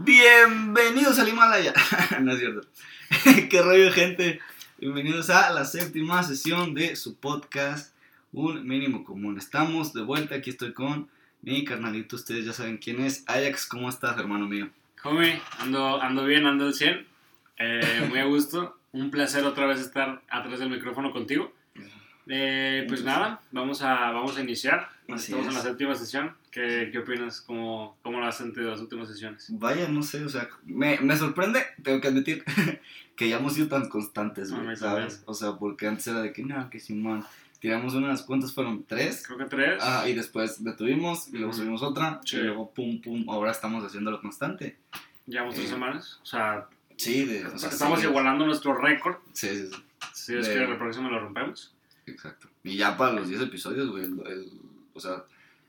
Bienvenidos al Himalaya. No es cierto. ¿Qué rollo, gente? Bienvenidos a la séptima sesión de su podcast, Un Mínimo Común. Estamos de vuelta, aquí estoy con mi carnalito, ustedes ya saben quién es. Ajax, ¿cómo estás, hermano mío? Homie, ando bien, ando al 100. Muy a gusto. Un placer otra vez estar atrás del micrófono contigo. Pues nada, vamos a iniciar. Estamos en la séptima sesión. ¿Qué opinas? ¿Cómo lo has sentido las últimas sesiones? Vaya, no sé, o sea, me sorprende, tengo que admitir, que ya hemos sido tan constantes, güey, ¿sabes? O sea, porque antes era de que, no, que Simón, tiramos unas, ¿cuántas fueron? ¿3? Creo que 3. Y después detuvimos, y luego subimos otra, sí. Y luego pum, ahora estamos haciéndolo constante. Llevamos 3 semanas, o sea... Sí, estamos igualando nuestro récord. Sí. Sí, es que la próxima lo rompemos. Exacto. Y ya para los 10 episodios, güey, o sea...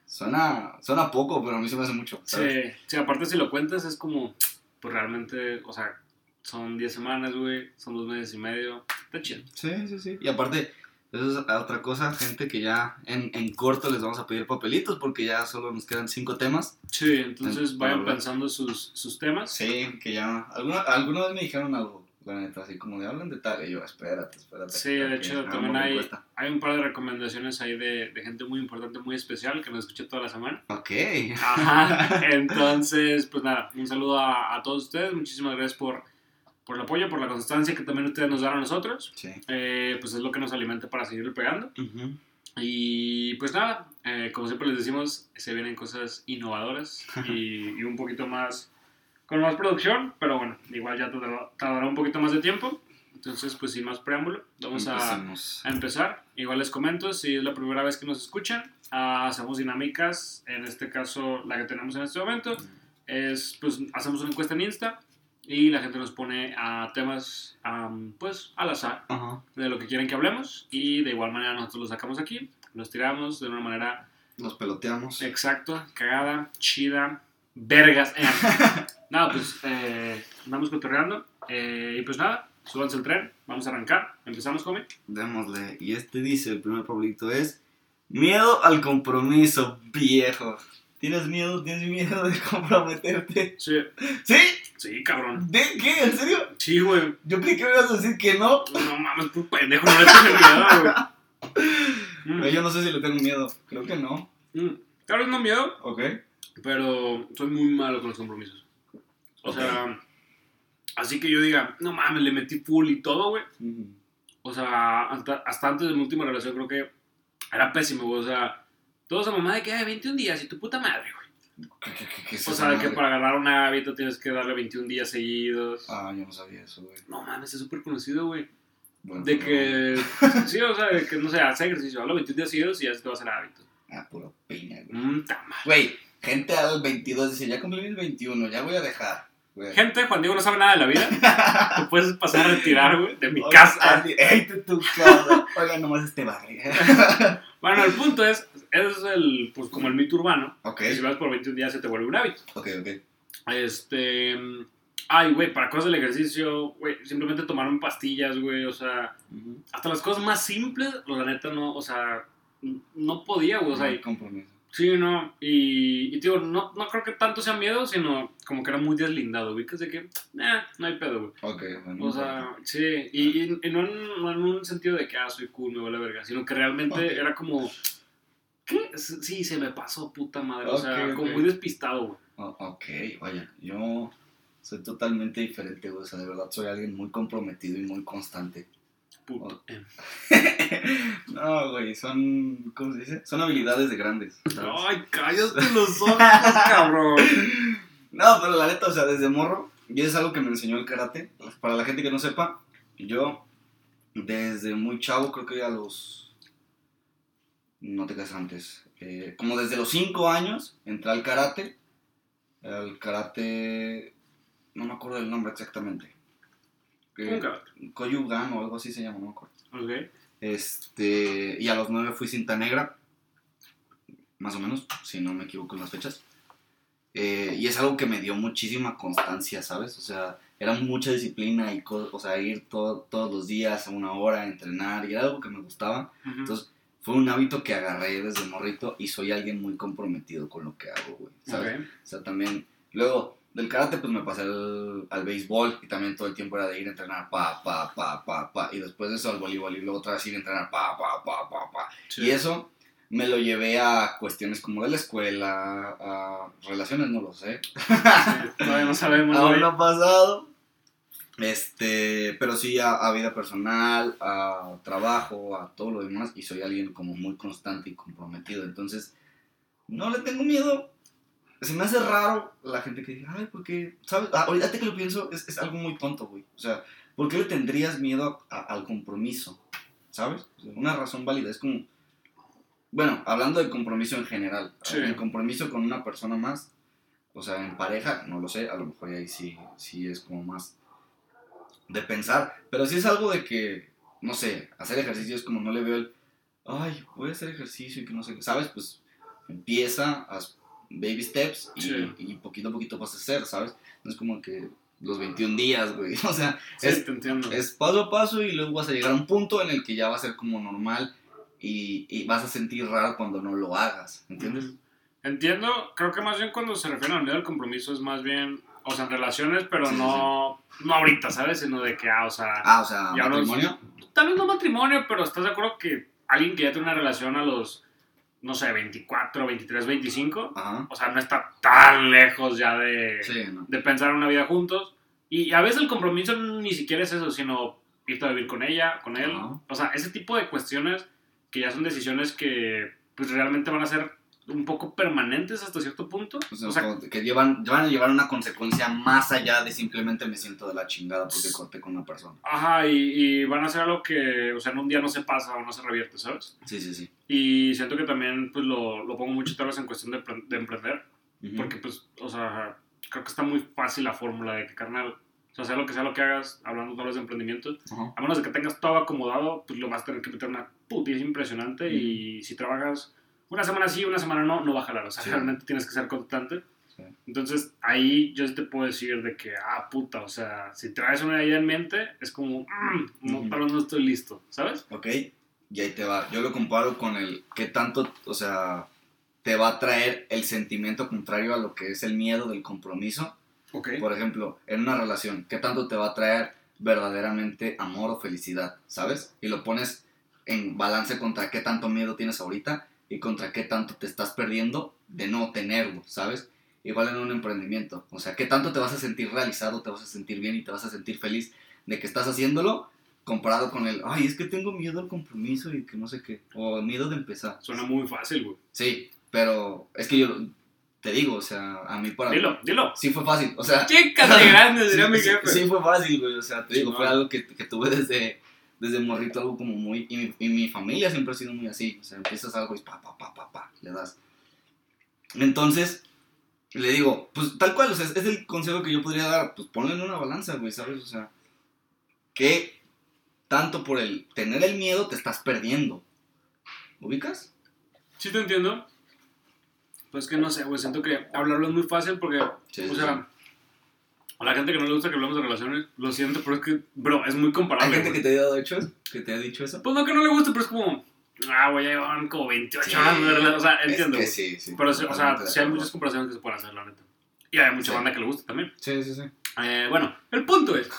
Suena poco, pero a mí se me hace mucho, ¿sabes? Sí, aparte si lo cuentas es como, pues realmente, o sea, son 10 semanas, güey, son 2 meses y medio, está chido. Sí. Y aparte, eso es otra cosa, gente, que ya en corto les vamos a pedir papelitos porque ya solo nos quedan 5 temas. Sí, entonces vayan pensando sus temas. Sí, que ya, alguna vez me dijeron algo, la neta, así como de hablan de tal, y yo, espérate. Sí, de hecho, también hay un par de recomendaciones ahí de gente muy importante, muy especial, que nos escucha toda la semana. Ok. Ajá, entonces, pues nada, un saludo a todos ustedes, muchísimas gracias por el apoyo, por la constancia que también ustedes nos dan a nosotros. Sí. Pues es lo que nos alimenta para seguir pegando. Uh-huh. Y pues nada, como siempre les decimos, se vienen cosas innovadoras y un poquito más... con más producción, pero bueno, igual ya tardará un poquito más de tiempo. Entonces, pues sin más preámbulo, vamos a empezar. Igual les comento, si es la primera vez que nos escuchan, hacemos dinámicas. En este caso, la que tenemos en este momento es, pues, hacemos una encuesta en Insta y la gente nos pone temas, pues, al azar, uh-huh, de lo que quieren que hablemos. Y de igual manera nosotros los sacamos aquí, los tiramos de una manera... los peloteamos. Exacto, cagada, chida, vergas. Nada, pues andamos cotorreando y pues nada, súbanse al tren, vamos a arrancar, empezamos, homie. Démosle, y dice, el primer favorito es miedo al compromiso, viejo. ¿Tienes miedo de comprometerte? Sí. ¿Sí? Sí, cabrón. ¿De qué? ¿En serio? Sí, güey. Yo creí que me ibas a decir que no. No mames, tú pendejo, no le tienes miedo, güey. Yo no sé si le tengo miedo, creo que no. Claro, no miedo. Ok. Pero soy muy malo con los compromisos. O sea, así que yo diga, no mames, le metí full y todo, güey. Uh-huh. O sea, hasta antes de mi última relación creo que era pésimo, güey. O sea, toda esa mamá de que hay 21 días y tu puta madre, güey. ¿Qué es o sea, de que para agarrar un hábito tienes que darle 21 días seguidos. Yo no sabía eso, güey. No mames, es súper conocido, güey. Bueno, de que, sí, o sea, de que, no sé, hace ejercicio, hazlo 21 días seguidos y ya se te va a hacer hábito. Puro piña, güey. Tama. Güey, gente al 22 dice, ya cumplí el 21, ya voy a dejar. Güey. Gente, Juan Diego no sabe nada de la vida. Te puedes pasar a retirar, güey, de mi casa. ¡Ey, de tu casa! Oiga, nomás barrio. Bueno, el punto es pues como el mito urbano. Ok. Que si vas por 21 días se te vuelve un hábito. Ok. Ay, güey, para cosas del ejercicio, güey, simplemente tomarme pastillas, güey, o sea, hasta las cosas más simples, la neta no, o sea, no podía, güey, o sea. No hay compromiso. Sí, no, y digo, no creo que tanto sea miedo, sino como que era muy deslindado, ubicas de que, no hay pedo, güey. Ok, bueno. O sea, sí, y no en un sentido de que, soy cool, me vale verga, sino que realmente era como, ¿qué? Sí, se me pasó, puta madre, o sea, como muy despistado, güey. Ok, vaya, yo soy totalmente diferente, güey, o sea, de verdad soy alguien muy comprometido y muy constante. Puto. No, güey, son, ¿cómo se dice? Son habilidades de grandes, ¿sabes? Ay, cállate los ojos, cabrón. No, pero la neta, o sea, desde morro, y es algo que me enseñó el karate. Para la gente que no sepa, yo desde muy chavo, creo que a los... no te casas antes. Como desde los 5 años, entré al karate. No me acuerdo del nombre exactamente. Koyugan o algo así se llama, no me acuerdo. Ok. Y a los 9 fui cinta negra, más o menos, si no me equivoco en las fechas. Y es algo que me dio muchísima constancia, ¿sabes? O sea, era mucha disciplina y o sea, ir todos los días a 1 hora a entrenar, y era algo que me gustaba. Uh-huh. Entonces, fue un hábito que agarré desde morrito y soy alguien muy comprometido con lo que hago, güey, ¿sabes? Okay. O sea, también, luego del karate pues me pasé al béisbol y también todo el tiempo era de ir a entrenar y después de eso al voleibol y luego otra vez ir a entrenar Sí. y eso me lo llevé a cuestiones como de la escuela, a relaciones, no lo sé. Sí, todavía no sabemos. Aún güey. no ha pasado. Pero sí a vida personal, a trabajo, a todo lo demás y soy alguien como muy constante y comprometido, entonces no le tengo miedo. Se me hace raro la gente que dice, ay, ¿por qué? ¿Sabes? Ahorita que lo pienso, es algo muy tonto, güey. O sea, ¿por qué le tendrías miedo al compromiso? ¿Sabes? O sea, una razón válida. Es como, bueno, hablando de compromiso en general, Sí. el compromiso con una persona más, o sea, en pareja, no lo sé, a lo mejor ahí sí es como más de pensar. Pero sí es algo de que, no sé, hacer ejercicio es como no le veo el, ay, voy a hacer ejercicio y que no sé qué, ¿sabes? Pues empieza, haz baby steps Sí. y poquito a poquito vas a hacer, ¿sabes? No es como que los 21 días, güey. O sea, Sí, te entiendo. es paso a paso y luego vas a llegar a un punto en el que ya va a ser como normal y vas a sentir raro cuando no lo hagas, ¿entiendes? Entiendo, creo que más bien cuando se refiere al nivel del compromiso es más bien, o sea, en relaciones, pero Sí, sí, no ahorita, ¿sabes? Sino de que, o sea, Ah, o sea, ya matrimonio. tal vez no matrimonio, pero ¿estás de acuerdo que alguien que ya tiene una relación a los, no sé, 24, 23, 25, Ajá. o sea, no está tan lejos ya Sí, no. de pensar en una vida juntos? Y a veces el compromiso ni siquiera es eso, sino irte a vivir con ella, con él. Ajá. O sea, ese tipo de cuestiones que ya son decisiones que pues realmente van a ser un poco permanentes hasta cierto punto. O sea, como que van a llevar una consecuencia más allá de simplemente me siento de la chingada porque corté con una persona. Ajá, y van a ser algo que, o sea, en un día no se pasa o no se revierte, ¿sabes? Sí. Y siento que también, pues, lo pongo mucho tal vez en cuestión de emprender, Uh-huh. porque, pues, o sea, creo que está muy fácil la fórmula de que, carnal, o sea sea lo que hagas, hablando tal vez de emprendimiento, Uh-huh. a menos de que tengas todo acomodado, pues lo vas a tener que meter una putiza impresionante y si trabajas una semana sí, una semana no va a jalar, o sea, realmente tienes que ser constante. Sí. Entonces, ahí yo te puedo decir de que, puta, o sea, si traes una idea en mente, es como, tal vez no estoy listo, ¿sabes? Ok, y ahí te va. Yo lo comparo con el qué tanto, o sea, te va a traer el sentimiento contrario a lo que es el miedo del compromiso. Okay. Por ejemplo, en una relación, ¿qué tanto te va a traer verdaderamente amor o felicidad? ¿Sabes? Y lo pones en balance contra qué tanto miedo tienes ahorita y contra qué tanto te estás perdiendo de no tenerlo, ¿sabes? Igual en un emprendimiento. O sea, ¿qué tanto te vas a sentir realizado, te vas a sentir bien y te vas a sentir feliz de que estás haciéndolo comparado con el, ay, es que tengo miedo al compromiso y que no sé qué, o miedo de empezar? Suena muy fácil, güey. Sí, pero es que yo te digo, o sea, a mí para... Dilo. Sí fue fácil, o sea... ¡Chicas de grandes, diría mi jefe! Sí fue fácil, güey, o sea, te digo, no. fue algo que tuve desde morrito, algo como muy... Y mi familia siempre ha sido muy así, o sea, empiezas algo y le das. Entonces, le digo, pues tal cual, o sea, es el consejo que yo podría dar, pues ponle en una balanza, güey, ¿sabes? O sea, ¿qué tanto por el tener el miedo te estás perdiendo? ¿Ubicas? Sí te entiendo. Pues que no sé, güey, siento que hablarlo es muy fácil porque, o sea, a la gente que no le gusta que hablemos de relaciones, lo siento, pero es que, bro, es muy comparable. ¿Hay gente que te haya dicho eso? Pues no que no le guste, pero es como, güey, ya llevan como 28 años de relación, o sea, entiendo. Es que sí. Pero, o sea, sí hay muchas comparaciones que se pueden hacer, la neta. Y hay mucha banda que le gusta también. Sí. Bueno, el punto es,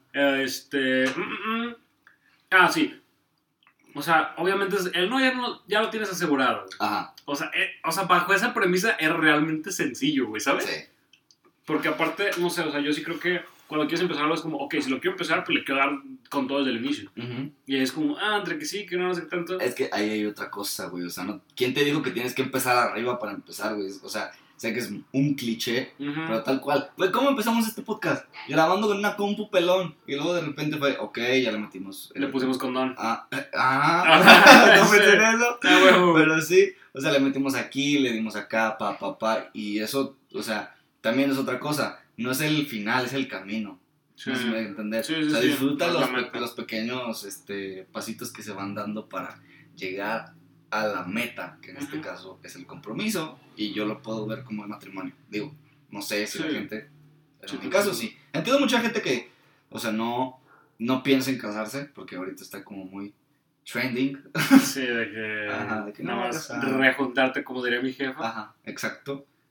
sí. O sea, obviamente el no ya lo tienes asegurado. Ajá. O sea, bajo esa premisa es realmente sencillo, güey, ¿sabes? Sí. Porque aparte, no sé, o sea, yo sí creo que cuando quieres empezar algo es como, ok, si lo quiero empezar, pues le quiero dar con todo desde el inicio. Uh-huh. Y es como, entre que sí, que no sé qué tanto. Es que ahí hay otra cosa, güey, o sea, no, ¿quién te dijo que tienes que empezar arriba para empezar, güey? O sea, sé que es un cliché, pero tal cual. Güey, ¿cómo empezamos este podcast? Grabando con una compu pelón. Y luego de repente fue, ok, ya le metimos. Le pusimos condón. No pensé en eso. Bueno. Pero sí, o sea, le metimos aquí, le dimos acá, y eso, o sea, también es otra cosa. No es el final, es el camino. Sí. No sé si me voy a entender. Sí, o sea, disfruta sí, los pequeños pasitos que se van dando para llegar a la meta, que en este caso es el compromiso, y yo lo puedo ver como el matrimonio. Digo, no sé si la gente, pero en mi caso sí. Entiendo mucha gente que, o sea, no piensa en casarse, porque ahorita está como muy trending. Sí, de que no vas a rejuntarte, como diría mi jefa. Ajá, exacto.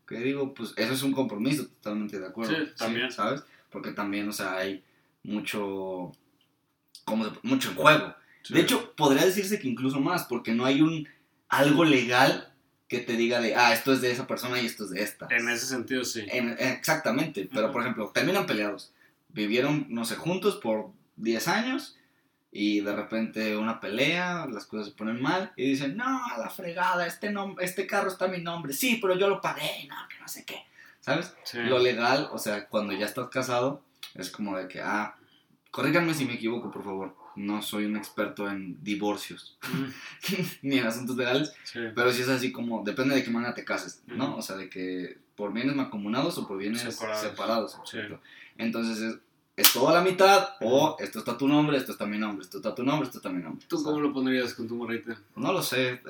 Que digo, pues eso es un compromiso, totalmente de acuerdo. Sí, también. ¿Sabes? Porque también, o sea, hay mucho, mucho en juego. Sí. De hecho, podría decirse que incluso más, porque no hay algo legal que te diga de, esto es de esa persona y esto es de esta. En ese sentido, sí. Exactamente, pero por ejemplo, terminan peleados. Vivieron, no sé, juntos por 10 años y de repente una pelea, las cosas se ponen mal y dicen, no, a la fregada, este carro está a mi nombre, sí, pero yo lo pagué, no, que no sé qué, ¿sabes? Sí. Lo legal, o sea, cuando ya estás casado, es como de que, corríganme si me equivoco, por favor, no soy un experto en divorcios, ni en asuntos legales, Sí. pero sí es así como, depende de qué manera te cases, ¿no? Ujú. O sea, de que por bienes mancomunados o por bienes separados. Sí. Entonces es todo a la mitad, o esto está tu nombre, esto está mi nombre, esto está tu nombre, esto está mi nombre. ¿Tú cómo lo pondrías con tu morrita? No lo sé,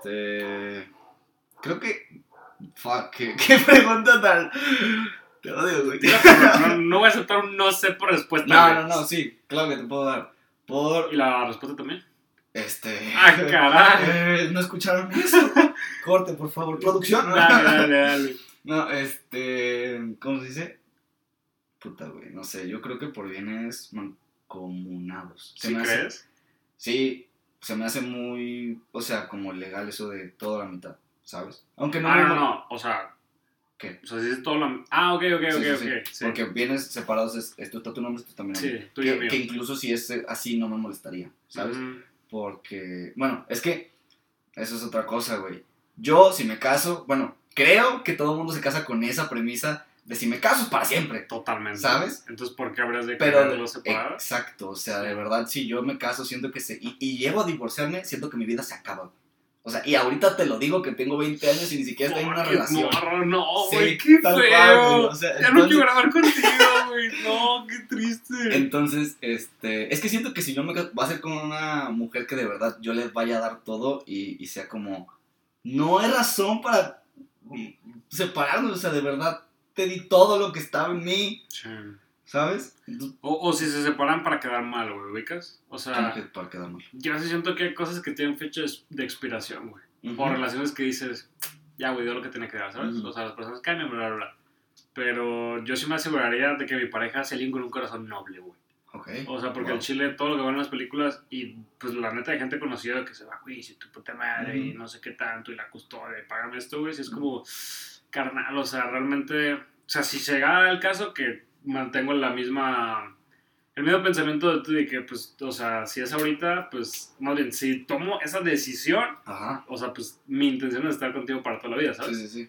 creo que... Fuck, qué pregunta tan... Te odio, güey. No voy a aceptar un no sé por respuesta. No, sí, claro que te puedo dar. ¿Y la respuesta también? ¡Ah, caray! ¿No escucharon eso? Corte, por favor. ¿Producción? Dale. No, ¿cómo se dice? Puta, güey, no sé, yo creo que por bienes mancomunados. ¿Sí crees? Sí, se me hace muy, o sea, como legal eso de toda la mitad, ¿sabes? Aunque no... no, o sea... ¿Qué? O sea, si es todo la... ok. Sí. Porque bienes separados esto está tu nombre, esto está mi nombre. Sí, tuyo y mío. Que incluso si es así no me molestaría, ¿sabes? Porque, bueno, es que eso es otra cosa, güey. Yo, si me caso, bueno, creo que todo el mundo se casa con esa premisa de si me caso es para siempre. Totalmente. ¿Sabes? Entonces, ¿por qué habrías de quererlo separado? Exacto, o sea, de verdad, si yo me caso, siento que y llego a divorciarme, siento que mi vida se acaba. O sea, y ahorita te lo digo que tengo 20 años y ni siquiera estoy en una relación. No, güey, sí, qué feo. O sea, ya no quiero grabar contigo, güey. No, qué triste. Entonces, es que siento que si yo me caso, va a ser con una mujer que de verdad yo le vaya a dar todo y sea como, no hay razón para separarnos, o sea, de verdad te di todo lo que estaba en mí. Sí. ¿Sabes? O si se separan para quedar mal, güey, ¿ubicas? O sea, para quedar mal. Yo sí siento que hay cosas que tienen fechas de expiración, güey. O relaciones que dices, ya, güey, dio lo que tenía que dar, ¿sabes? O sea, las personas cambian, bla. Pero yo sí me aseguraría de que mi pareja sea alguien con un corazón noble, güey. Okay. O sea, porque el chile, todo lo que ven en las películas, y pues la neta hay gente conocida que se va, güey, si tu puta madre, y no sé qué tanto, y la custodia, y págame esto, güey, si es como carnal, o sea, realmente, o sea, si llegara el caso que mantengo el mismo pensamiento de tú, de que, pues, o sea, si es ahorita, pues, más bien, si tomo esa decisión, o sea, pues, mi intención es estar contigo para toda la vida, ¿sabes? Sí.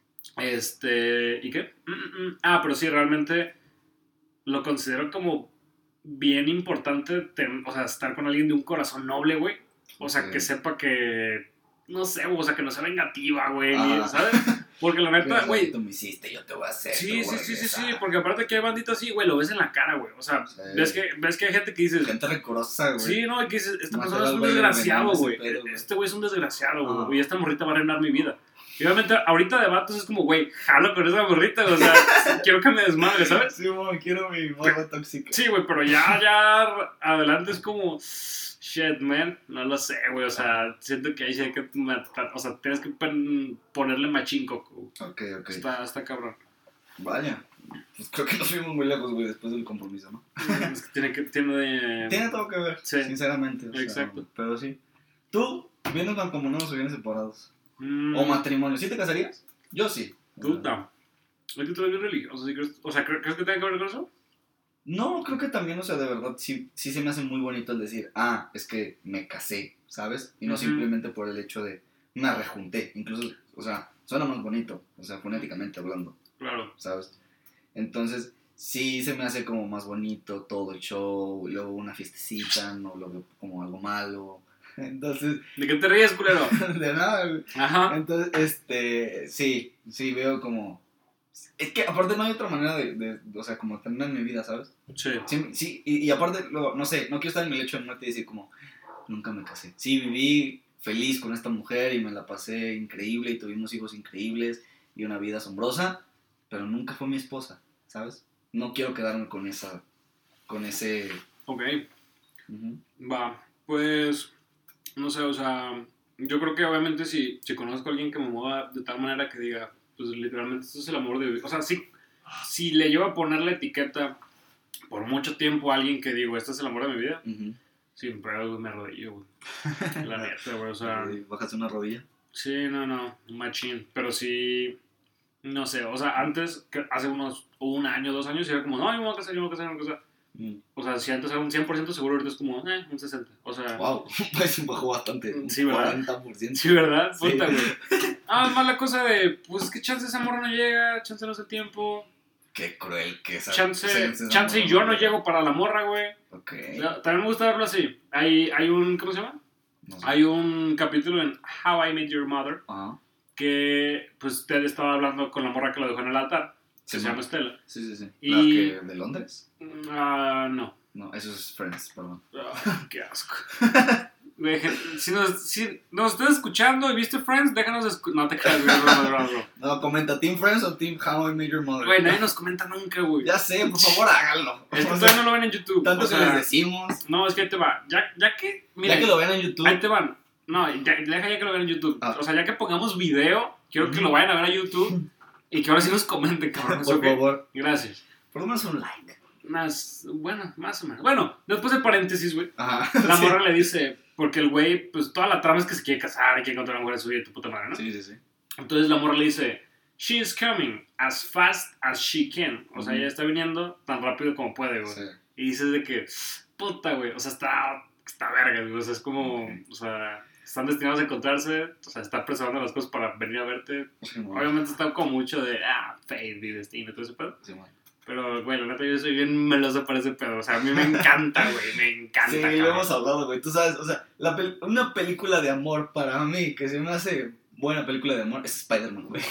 ¿Y qué? Pero sí, realmente lo considero como bien importante, o sea, estar con alguien de un corazón noble, güey. O sea, que sepa que, no sé, o sea, que no sea vengativa, güey, ¿sabes? Porque la neta, güey... Tú me hiciste, yo te voy a hacer. Sí, porque aparte que hay banditas así, güey, lo ves en la cara, güey. O sea, ves que hay gente que dice... Gente recorosa, güey. Sí, no, que dice, esta persona es un desgraciado, güey. Este güey es un desgraciado, güey. Y esta morrita va a arruinar mi vida. Y obviamente, ahorita de vatos es como, güey, jalo con esa morrita, o sea, quiero que me desmadre, ¿sabes? Sí, güey, quiero mi morra tóxica. Sí, güey, pero ya adelante es como... Shit, man, no lo sé, güey, o sea, siento que ahí sí hay que, o sea, tienes que ponerle machín coco. Ok. Está cabrón. Vaya, pues creo que nos fuimos muy lejos, güey, después del compromiso, ¿no? Es que tiene todo que ver, sí. Sinceramente. Exacto. Sea, pero sí. ¿Tú, vienes mancomunados o vienes separados? ¿O matrimonio? ¿Sí te casarías? Yo sí. ¿Tú? No. ¿Es que tú eres bien religioso? O sea, ¿crees que tenga que ver con eso? No, creo que también, o sea, de verdad, sí se me hace muy bonito el decir, es que me casé, ¿sabes? Y no simplemente por el hecho de, me rejunté, incluso, o sea, suena más bonito, o sea, fonéticamente hablando. Claro. ¿Sabes? Entonces, sí se me hace como más bonito todo el show, luego una fiestecita, no lo veo como algo malo. Entonces... ¿De qué te ríes, culero? De nada, güey. Ajá. Entonces, sí, veo como... Es que aparte no hay otra manera o sea, como terminar mi vida, ¿sabes? Sí, y aparte, luego, no sé, no quiero estar en el hecho de muerte y decir como, nunca me casé. Sí, viví feliz con esta mujer y me la pasé increíble y tuvimos hijos increíbles y una vida asombrosa, pero nunca fue mi esposa, ¿sabes? No quiero quedarme con ese... Ok. Va, pues, no sé, o sea, yo creo que obviamente si conozco a alguien que me mueva de tal manera que diga, pues literalmente esto es el amor de mi vida. O sea, si le llevo a poner la etiqueta por mucho tiempo a alguien que digo, este es el amor de mi vida, sin pruebas me arrodillo, güey. La neta, güey, o sea... ¿Bajas una rodilla? Sí, no, machín. Pero sí, no sé, o sea, antes, hace un año, 2 años, era como, no, yo me voy a casar. O sea, si antes era un 100% seguro, ahorita es como, un 60%. O sea... Wow, pues bajó bastante. Sí, ¿verdad? 40%. Sí, ¿verdad? Sí. Puta, güey. Más la cosa de, pues es que chance esa morra no llega, chance no hace tiempo. Qué cruel que esa. Chance y yo no llego para la morra, güey. Ok. También me gusta verlo así. Hay un, ¿cómo se llama? No sé. Hay un capítulo en How I Met Your Mother Ajá. que, pues, usted estaba hablando con la morra que lo dejó en el altar. Sí, Se llama Estela. Sí. Y... ¿La que de Londres? No. No, eso es Friends, perdón. Qué asco. Si nos estás escuchando y viste Friends, déjanos no te creas, güey. No, comenta ¿Team Friends o Team How I Met Your Mother? Güey, nadie nos comenta nunca, güey. Ya sé, por favor, háganlo. Es que todavía no lo ven en YouTube. Tanto que les decimos. No, es que ahí te va. Ya que... Mira, Ya que lo ven en YouTube. Ahí te van. No, deja ya que lo vean en YouTube. O sea, ya que pongamos video, quiero que lo vayan a ver a YouTube y que ahora sí nos comenten, cabrón. Por favor. Gracias. Por lo menos un like. Más o menos. Bueno, después de paréntesis, güey. Ajá. La morra le dice, porque el güey, pues toda la trama es que se quiere casar y quiere encontrar a una mujer de su vida y tu puta madre, ¿no? Sí. Entonces la morra le dice, she is coming as fast as she can. O sea, ella está viniendo tan rápido como puede, güey. Sí. Y dices de que, puta, güey, o sea, está verga, güey. O sea, es como, o sea, están destinados a encontrarse, o sea, está preparando las cosas para venir a verte. Sí, Obviamente está como mucho de, fate y destino, todo ese pedo. Sí, man. Pero, güey, la neta, yo soy bien meloso para ese pedo. O sea, a mí me encanta, güey, me encanta. Sí, cabrón. lo hemos hablado, güey. Tú sabes, o sea, una película de amor para mí, que se me hace buena película de amor, es Spider-Man, güey.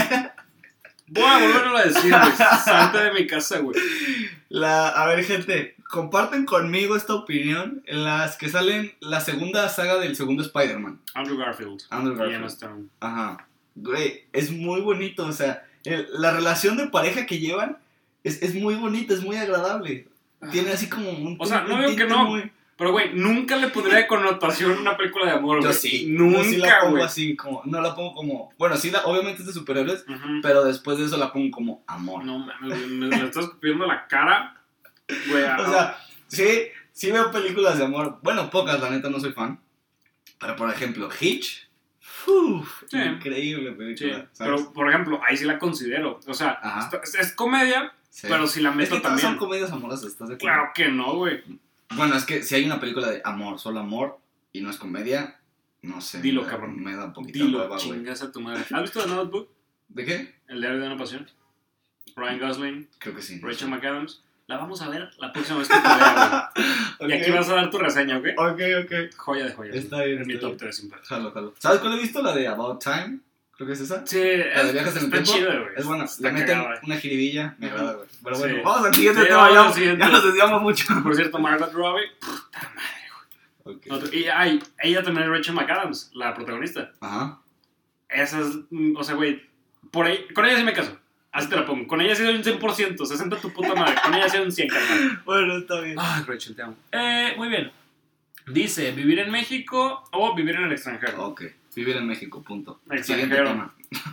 Voy a volverlo a decir, güey. Salte de mi casa, güey. A ver, gente, comparten conmigo esta opinión en las que salen la segunda saga del segundo Spider-Man. Andrew Garfield. Y Emma Stone. Ajá. Güey, es muy bonito, o sea, la relación de pareja que llevan es muy bonita, es muy agradable. Tiene así como un... O sea, no digo que no, pero, güey, nunca le pondría de connotación una película de amor, güey. Yo sí. Nunca, yo sí la pongo güey. así, como... No la pongo como... Bueno, sí, obviamente es de superhéroes, pero después de eso la pongo como amor. No, mames, me estás escupiendo la cara, güey. O sea, sí veo películas de amor. Bueno, pocas, la neta, no soy fan. Pero, por ejemplo, Hitch... Sí. Increíble película. Sí, pero, por ejemplo, ahí sí la considero. O sea, es comedia, sí. pero si la meto es que también. Son comedias amorosas, ¿estás de acuerdo? Claro que no, güey. Bueno, es que si hay una película de amor, solo amor, y no es comedia, no sé. Dilo, cabrón. Me da un poquito Dilo, hueva, güey. chingas a tu madre. ¿Has visto The Notebook? ¿De qué? El diario de una pasión. Ryan Gosling, Creo que sí. Rachel McAdams. La vamos a ver la próxima vez que te vea, güey. Y aquí vas a dar tu reseña, ¿ok? Ok. Joya de joyas. Está bien. Es mi top 3 siempre. Jalo. ¿Sabes cuál he visto? La de About Time. Creo que es esa. Sí, La de viajes en el tiempo. chida, güey. Es buena. Está Le meten cagada, una jiribilla. Me agrada, güey. Pero Sí. bueno, vamos al siguiente Sí, tema. vamos al Ya siguiente. nos desviamos mucho. Por cierto, Margot Robbie. Puta madre, Ok. güey. Y ella también es Rachel McAdams, la protagonista. Ajá. Esa es, o sea, güey, por ahí, con ella sí me caso. Así te la pongo. Con ella sí doy un 100%, 60 tu puta madre. Con ella sí doy un 100, carnal. Bueno, está bien. Ay, Rachel, te amo. Muy bien. Dice, ¿vivir en México o vivir en el extranjero? Ok. Vivir en México, punto. Extranjero. Siguiente tema.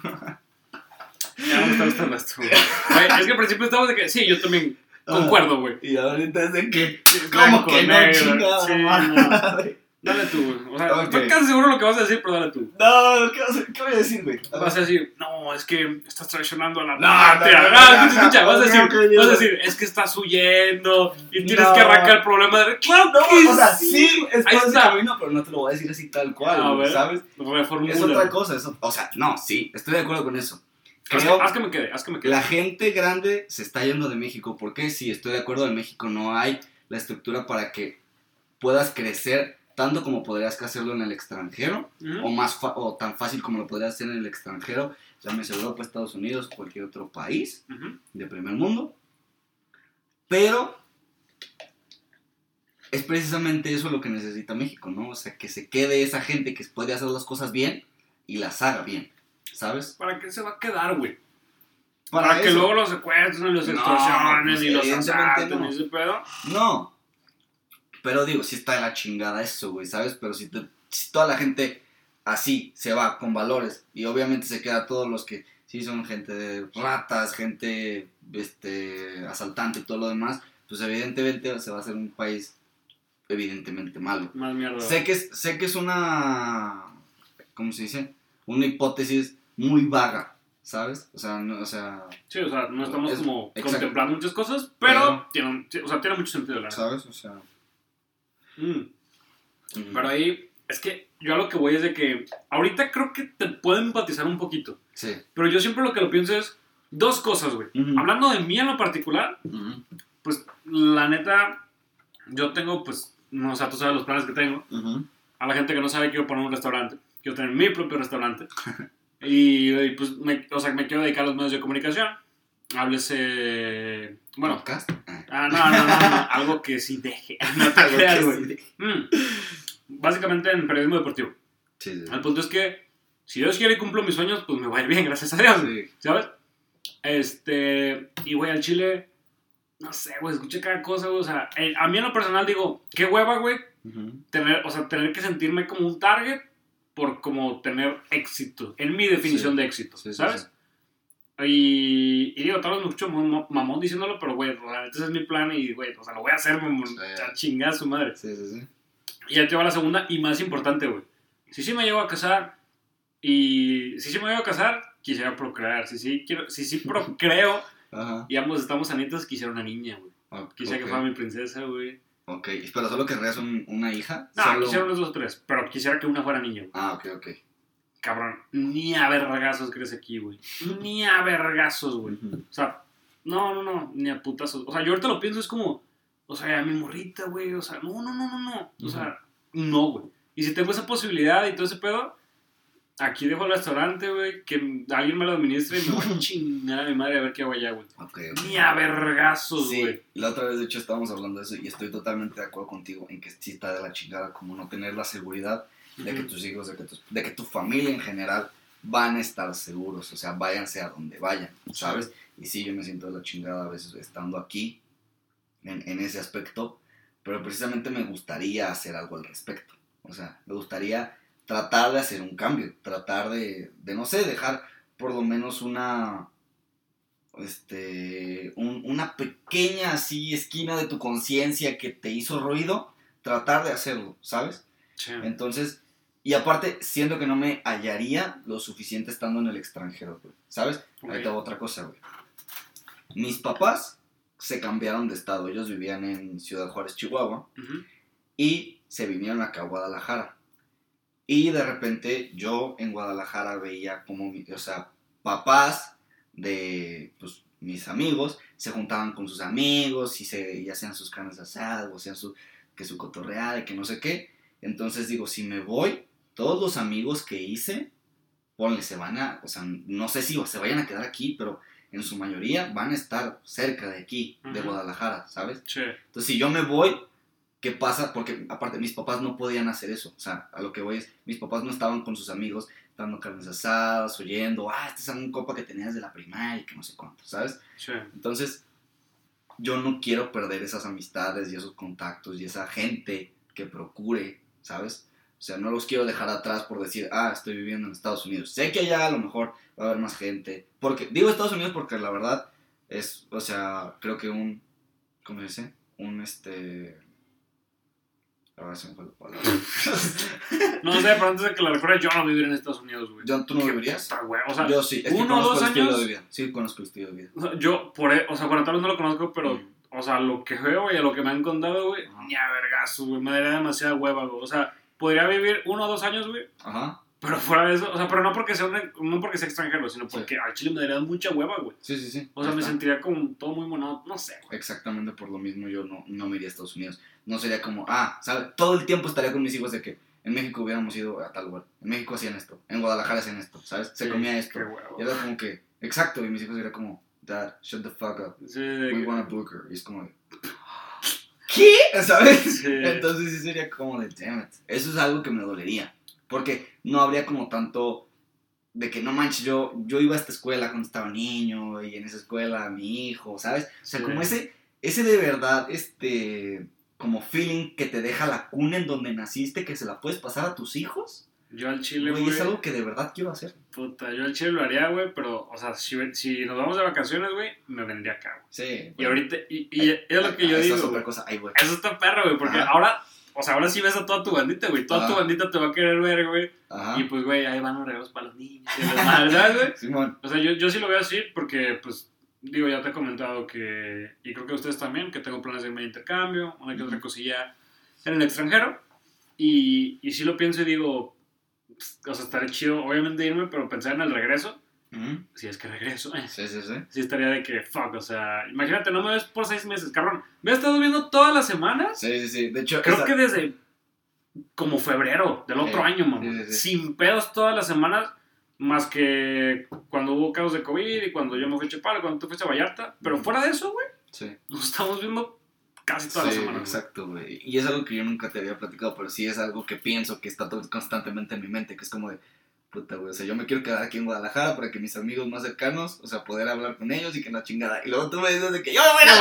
Ya no me está gustando esto, güey. Es que al principio estábamos de que, sí, yo también concuerdo, güey. Y ahorita es de que... Blanco, ¿Cómo que no, negro. chingada Sí, madre? Dale tú, güey. O sea, Ok. estoy casi seguro lo que vas a decir, pero dale tú. No, ¿qué voy a decir, güey? Vas a decir, no, es que estás traicionando a la No, patria. no, Escucha, vas a ok, decir, es que estás huyendo y tienes No. que arrancar el problema de... ¡Claro No, que o sea, sí, es Ahí todo ese está. camino, pero no te lo voy a decir así tal cual, A ver. ¿sabes? Reformula. Es otra cosa, o sea, no, sí, estoy de acuerdo con eso. Haz que me quede. La gente grande se está yendo de México, porque sí, estoy de acuerdo, en México no hay la estructura para que puedas crecer tanto como podrías hacerlo en el extranjero, o tan fácil como lo podrías hacer en el extranjero, llámese Europa, Estados Unidos, cualquier otro país de primer mundo. Pero es precisamente eso lo que necesita México, ¿no? O sea, que se quede esa gente que puede hacer las cosas bien y las haga bien, ¿sabes? ¿Para qué se va a quedar, güey? Para que eso. luego los secuestren, los No, extorsionen pues, y los evidentemente asalten no. y ese pedo. No, pero digo, sí está de la chingada eso, güey, ¿sabes? Pero si toda la gente así se va, con valores, y obviamente se queda todos los que sí son gente de ratas, gente asaltante y todo lo demás, pues evidentemente se va a hacer un país evidentemente malo. Más mierda. Sé que es una, ¿cómo se dice? Una hipótesis muy vaga, ¿sabes? O sea, no, sí, o sea, no estamos como exacto. contemplando muchas cosas, pero tiene mucho sentido, la verdad. ¿Sabes? O sea... Pero ahí, es que yo a lo que voy es de que ahorita creo que te puedo empatizar un poquito. Sí. Pero yo siempre lo que lo pienso es dos cosas, güey. Hablando de mí en lo particular, pues la neta, yo tengo, pues, no, o sea, tú sabes los planes que tengo. A la gente que no sabe, quiero poner un restaurante. Quiero tener mi propio restaurante. y pues, me quiero dedicar a los medios de comunicación. Háblese... Bueno, ¿podcast? No, algo que sí deje. No te creas, güey. Básicamente en periodismo deportivo. Sí. El punto es que, si Dios quiere y cumplo mis sueños, pues me va a ir bien, gracias a Dios, Sí. ¿sabes? Y, güey, al chile, no sé, güey, escuché cada cosa, güey, o sea, a mí en lo personal digo, qué hueva, güey, tener que sentirme como un target por como tener éxito, en mi definición de éxito, ¿sabes? Sí. Y digo, tal vez me escucho muy mamón diciéndolo, pero, güey, ese es mi plan y, güey, o sea, lo voy a hacer, mamón, a chingar a su madre. Sí. Y ya te va la segunda y más importante, güey. Si sí me llevo a casar quisiera procrear. Si sí procreo y ambos estamos sanitos, quisiera una niña, güey. Quisiera que fuera mi princesa, güey. Ok, pero ¿solo querrías una hija? No, quisiera unos 2 o 3, pero quisiera que una fuera niña, güey. Ah, ok. Cabrón, ni a vergazos crees aquí, güey. Ni a vergazos, güey. O sea, no, ni a putazos. O sea, yo ahorita lo pienso, es como, o sea, mi morrita, güey, o sea, no. O sea, no, güey. Y si tengo esa posibilidad y todo ese pedo, aquí dejo el restaurante, güey, que alguien me lo administre y me voy a chingar a mi madre a ver qué hago allá, güey. Ok. Ni a vergazos, güey. Sí, la otra vez, de hecho, estábamos hablando de eso y estoy totalmente de acuerdo contigo en que sí está de la chingada como no tener la seguridad de que tus hijos, de que tu familia en general van a estar seguros, o sea, váyanse a donde vayan, ¿sabes? Y sí, yo me siento de la chingada a veces estando aquí, en ese aspecto, pero precisamente me gustaría hacer algo al respecto, o sea, me gustaría tratar de hacer un cambio, tratar de no sé, dejar por lo menos una pequeña así esquina de tu conciencia que te hizo ruido, tratar de hacerlo, ¿sabes? Sí. Entonces, y aparte, siento que no me hallaría lo suficiente estando en el extranjero, güey, ¿sabes? Okay. Ahí te va otra cosa, güey. Mis papás se cambiaron de estado, ellos vivían en Ciudad Juárez, Chihuahua, y se vinieron acá a Guadalajara. Y de repente yo en Guadalajara veía como, papás de pues, mis amigos se juntaban con sus amigos y hacían sus carnes asadas, o hacían su cotorreada y que no sé qué. Entonces digo, si me voy, todos los amigos que hice, ponle, no sé si se vayan a quedar aquí, pero en su mayoría van a estar cerca de aquí, de Guadalajara, ¿sabes? Sí. Entonces si yo me voy, ¿qué pasa? Porque aparte mis papás no podían hacer eso, o sea, a lo que voy es, mis papás no estaban con sus amigos dando carnes asadas, oyendo, este es un compa que tenías de la primaria y que no sé cuánto, ¿sabes? Sí. Entonces, yo no quiero perder esas amistades y esos contactos y esa gente que procure, ¿sabes? O sea, no los quiero dejar atrás por decir, estoy viviendo en Estados Unidos. Sé que allá a lo mejor va a haber más gente. Porque, digo Estados Unidos porque la verdad es, o sea, creo que ¿cómo se dice? Ahora se me fue la palabra. No sé, pero antes de que la recuerde, yo no vivir en Estados Unidos, güey. ¿Tú no vivirías? O sea, yo sí, es que 1 o 2 años. De vida. Sí, conozco el estilo de vida. Yo, bueno, tal vez no lo conozco, pero, o sea, lo que veo y a lo que me han contado, güey, ni a vergazo, güey, me daría demasiada hueva, güey. O sea, podría vivir 1 o 2 años, güey. Ajá. Pero fuera de eso, o sea, pero no porque sea extranjero, sino porque al chile me daría mucha hueva, güey. Sí. O sea, me sentiría como todo muy monado, no sé, güey. Exactamente por lo mismo yo no me iría a Estados Unidos. No sería como, ¿sabes? Todo el tiempo estaría con mis hijos de que en México hubiéramos ido a tal lugar. En México hacían esto. En Guadalajara hacían esto, ¿sabes? Se comía esto. Y era como que, exacto, y mis hijos eran como, Dad, shut the fuck up. Sí, We want a burger. Y es como de, ¿qué? ¿Sabes? Sí. Entonces sí sería como de, damn it. Eso es algo que me dolería. Porque no habría como tanto de que no manches, yo iba a esta escuela cuando estaba niño y en esa escuela mi hijo, ¿sabes? O sea, como ese de verdad, como feeling que te deja la cuna en donde naciste, que se la puedes pasar a tus hijos. Yo al chile, Güey, güey. es algo que de verdad quiero hacer. Puta, yo al chile lo haría, güey, pero, o sea, si nos vamos de vacaciones, güey, me vendría acá, güey. Sí. Y ahorita, y es lo que yo digo. Eso es otra güey. cosa. Ay, güey. Eso está perro, güey, porque Ajá. ahora, o sea, ahora sí ves a toda tu bandita, güey. Toda tu bandita te va a querer ver, güey. Ajá. Y pues, güey, ahí van los regalos para los niños. Y las madres, ¿sabes, güey? Simón. O sea, yo sí lo veo así porque, pues, digo, ya te he comentado que, y creo que ustedes también, que tengo planes de irme de intercambio, una que otra cosilla en el extranjero. Y sí lo pienso y digo, pues, o sea, estaría chido, obviamente, irme, pero pensar en el regreso. Si es que regreso, Sí. sí estaría de que, fuck, o sea, imagínate, no me ves por 6 meses, cabrón. Me he estado viendo todas las semanas. Sí. De hecho, Creo que desde como febrero del otro año, mamá. Sí. Sin pedos todas las semanas, más que cuando hubo casos de COVID y cuando yo me fui a Chapala, cuando tú fuiste a Vallarta. Pero fuera de eso, güey, Sí. nos estamos viendo casi todas las semanas. Exacto, güey. Y es algo que yo nunca te había platicado, pero sí es algo que pienso que está constantemente en mi mente, que es como de, puta, güey, o sea, yo me quiero quedar aquí en Guadalajara para que mis amigos más cercanos, o sea, poder hablar con ellos y que la chingada. Y luego tú me dices de que yo me voy a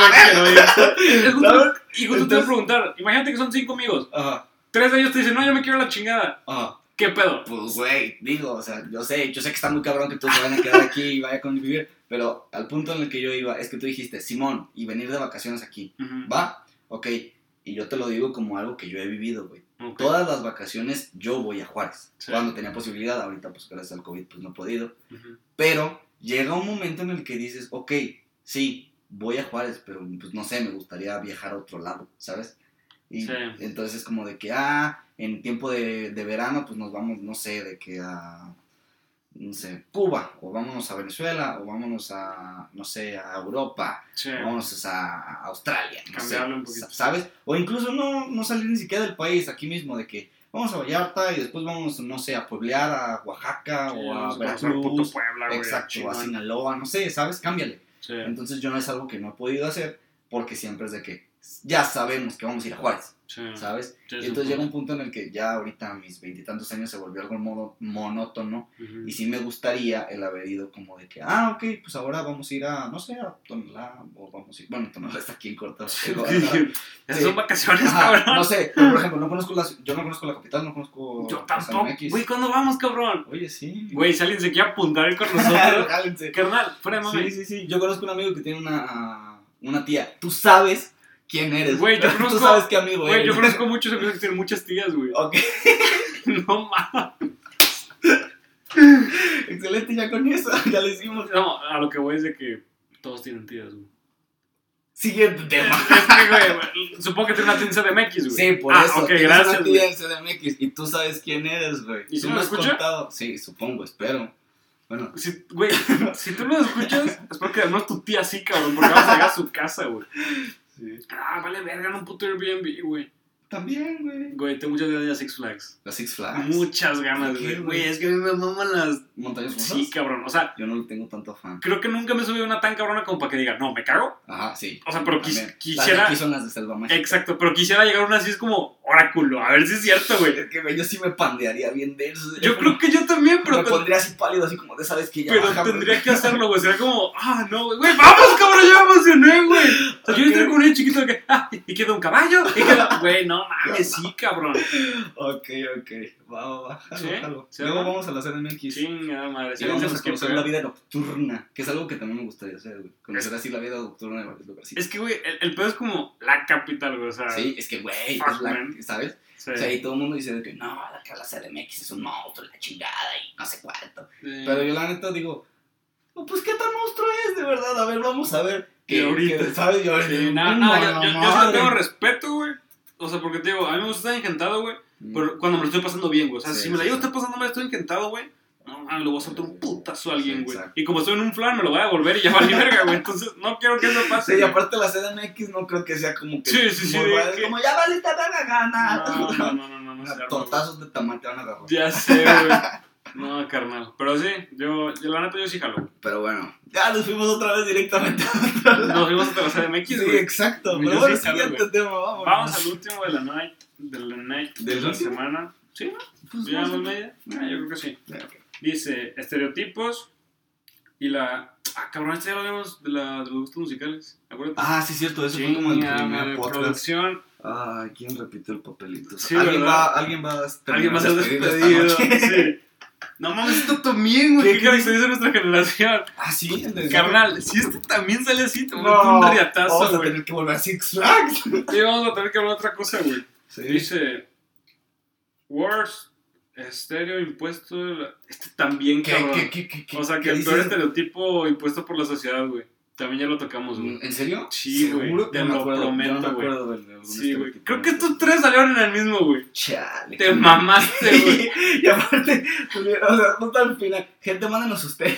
la Y justo te voy a preguntar, imagínate que son 5 amigos. Ajá. 3 de ellos te dicen, no, yo me quiero la chingada. Ajá. ¿Qué pedo? Pues, güey, digo, o sea, yo sé que está muy cabrón que todos se vayan a quedar aquí y vaya a convivir, pero al punto en el que yo iba es que tú dijiste, Simón, y venir de vacaciones aquí, ¿va? Ok, y yo te lo digo como algo que yo he vivido, güey. Okay. Todas las vacaciones yo voy a Juárez, Sí. cuando tenía posibilidad, ahorita pues gracias al COVID pues no he podido, pero llega un momento en el que dices, ok, sí, voy a Juárez, pero pues no sé, me gustaría viajar a otro lado, ¿sabes? Y sí. entonces es como de que, en tiempo de verano, pues nos vamos, no sé, de que a, no sé, Cuba, o vámonos a Venezuela, o vámonos a, no sé, a Europa, Sí. o vámonos a Australia, no Cambiarlo sé, un poquito. ¿sabes? O incluso no salir ni siquiera del país, aquí mismo, de que vamos a Vallarta y después vamos, no sé, a pueblear a Oaxaca Sí, o a vamos conocer puto Veracruz, Puebla, güey, exacto, chingón. a Sinaloa, no sé, ¿sabes? Cámbiale. Sí. Entonces yo no es algo que no he podido hacer porque siempre es de que ya sabemos que vamos a ir a Juárez, Sí. ¿sabes? Sí, Y entonces llega un punto en el que ya ahorita a mis 20 y tantos años se volvió algo monótono y sí me gustaría el haber ido como de que, ok, pues ahora vamos a ir a, no sé, a Tonalá, o vamos a ir, bueno, Tonalá está aquí en corto. Esas son vacaciones, Ajá, cabrón. no sé, pero por ejemplo, yo no conozco la capital, no conozco Yo la tampoco. CDMX. Güey, ¿cuándo vamos, cabrón? Oye, sí. Güey, si alguien se quiere apuntar a ir con nosotros. Jálense. Carnal, fuera de mami. Sí. Yo conozco un amigo que tiene una tía. Tú sabes quién eres. Güey, yo conozco. Tú sabes qué amigo Güey, eres. yo conozco muchos amigos que tienen muchas tías, güey. Ok. No mames. Excelente, ya con eso. Ya lo hicimos. No, a lo que voy es de que todos tienen tías, güey. Siguiente tema. Es que, güey, supongo que tiene una tía en CDMX, güey. Sí, por eso. Ok, Tienes gracias, una güey. tía en CDMX y tú sabes quién eres, güey. ¿Y tú si me has escucha? contado. Sí, supongo, espero. Bueno. Güey, si tú lo escuchas, es porque además tu tía sí, cabrón, porque vamos a llegar a su casa, güey. Sí. Vale verga, en un puto Airbnb, güey. También, güey. Güey, tengo muchas ganas de ir a Six Flags. Las Six Flags. Muchas ganas, ¿Por qué, güey. güey? Güey, es que a mí me maman las... ¿Montañas rusas? Sí, cabrón, o sea, Yo no le tengo tanto afán. creo que nunca me he subido una tan cabrona como para que diga, no, me cago. Ajá, sí. O sea, pero También. quisiera... Las de aquí son las de Selva Mágica. Exacto, pero quisiera llegar a una así, es como oráculo, a ver si es cierto, güey. Es que, güey, yo sí me pandearía bien de eso. Yo creo que yo también, pero... Me pondría así pálido, así como de, ¿sabes que ya Pero baja, tendría que hacerlo, güey. Sería como, no, güey. Güey, vamos, cabrón, ya me emocioné, güey. O sea, yo entré con un chiquito de que, y queda un caballo. Y queda, güey, no mames, sí, cabrón. Ok. Va. ¿Sí? Jalo. ¿Sí, Luego no? vamos a la CDMX. Chinga, madre. Y vamos a conocer la vida nocturna, que es algo que también me gustaría hacer, güey. Conocer así la vida nocturna de varios lugares. Es que, güey, el pedo es como la capital, güey. O sea, Sí, es que, güey, Fuck, es la, man. ¿sabes? sí. O sea, y todo el mundo dice de que no, que la CDMX es un monstruo, la chingada y no sé cuánto. Sí. Pero yo la neta digo, no, pues qué tan monstruo es, de verdad. A ver, vamos a ver. Y ahorita. ¿Sabes? Yo, Sí, no, yo sí le tengo respeto, güey. O sea, porque te digo, a mí me gusta estar encantado, güey. Pero cuando me lo estoy pasando bien, güey. O sea, Sí, si me la sí, llevo sí. estoy pasando mal, estoy encantado, güey. No mames, le voy a soltar un putazo a alguien, Sí, güey. exacto. Y como estoy en un flan, me lo voy a devolver y ya vale verga, güey. Entonces, no quiero que eso pase. Sí, y güey. aparte la CDMX no creo que sea como que... Sí, muy de raro, que- como ya valiste verga gana. No, se arma, güey. Tortazos de tamal te van a agarrar. Ya sé, güey. No, carnal. Pero sí, yo la neta, yo sí jalo. Pero bueno, ya nos fuimos otra vez directamente a otro lado. Nos fuimos hasta la CDMX, Sí, güey. exacto. Yo Pero bueno, sí jalo, siguiente güey. tema, vamos. Vamos al último de la night. De ¿Del la último? semana. Sí, ¿no? Pues ¿Ya vamos llevamos a- media? Yo creo que sí. Ya, ok. Dice, estereotipos y la... cabrón, ya lo vimos de los gustos musicales. Acuérdate. Ah, sí, cierto, eso fue como el Chinga, primer madre, podcast. producción. Ah, ¿quién repitió el papelito? Sí, alguien ¿verdad? va a Alguien va a ser despedido despedido. esta noche. Sí. No mames, esto también, güey. ¿Qué caracteriza nuestra generación? Ah, sí. Carnal, si esto también sale así, te No, meto un riatazo, vamos a güey. tener que volver a Six Flags. Sí, vamos a tener que hablar de otra cosa, güey. Sí. Dice, worst estéreo impuesto. Este también, cabrón. ¿Qué? O sea, que el peor estereotipo impuesto por la sociedad, güey. También ya lo tocamos, güey. ¿En serio? Sí, güey. ¿Seguro? Te No me lo acuerdo, prometo, yo no me güey. acuerdo de algún Sí, güey. estereotipo. Creo que estos tres salieron en el mismo, güey. Chale. Te mamaste, güey. Y aparte, o sea, justo al final, gente, mándenos ustedes.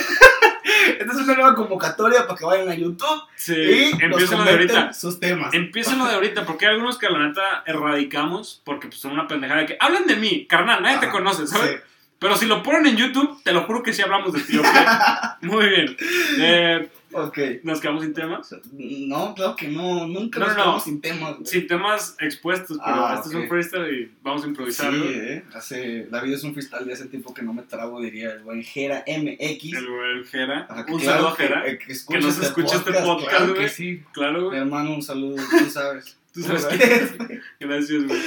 Esta es una nueva convocatoria para que vayan a YouTube Sí, y nos empiecen de comenten ahorita. sus temas. Empiecen de ahorita, porque hay algunos que la neta erradicamos porque pues, son una pendejada de que hablan de mí, carnal, nadie te conoce, ¿sabes? Sí. Pero si lo ponen en YouTube, te lo juro que sí hablamos de ti, ¿ok? Muy bien. Ok. ¿Nos quedamos sin temas? No, claro que no. Nunca No, nos no. quedamos sin temas. Güey. Sin temas expuestos, pero este ok. es un freestyle y vamos a improvisar, Sí, güey. la vida es un freestyle de hace tiempo que no me trabo, diría el buen Jera MX. El güey Jera. Ajá, Un claro saludo, Jera. que nos escuche este podcast, claro güey. que sí. Claro, güey. Hermano, un saludo, tú sabes. Tú sabes ¿Verdad? que... Gracias, güey.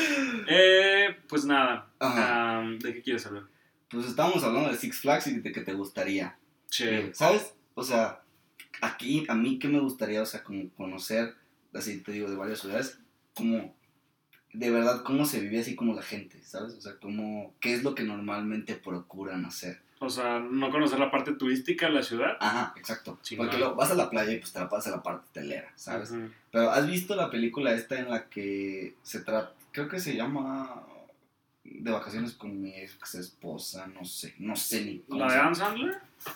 Pues nada. Ajá. ¿De qué quieres hablar? Pues estábamos hablando de Six Flags y de que te gustaría. Che. ¿Sabes? O sea, aquí a mí que me gustaría, o sea, como conocer, así te digo, de varias ciudades, como de verdad cómo se vive así como la gente, ¿sabes? O sea, como qué es lo que normalmente procuran hacer. O sea, no conocer la parte turística de la ciudad. Ajá, exacto. Chingón. Porque luego vas a la playa y pues te la pasas a la parte hotelera, ¿sabes? Ujú. Pero ¿has visto la película esta en la que se trata, creo que se llama De vacaciones con mi ex esposa, no sé ni cómo ¿La se de llama. Adam Sandler?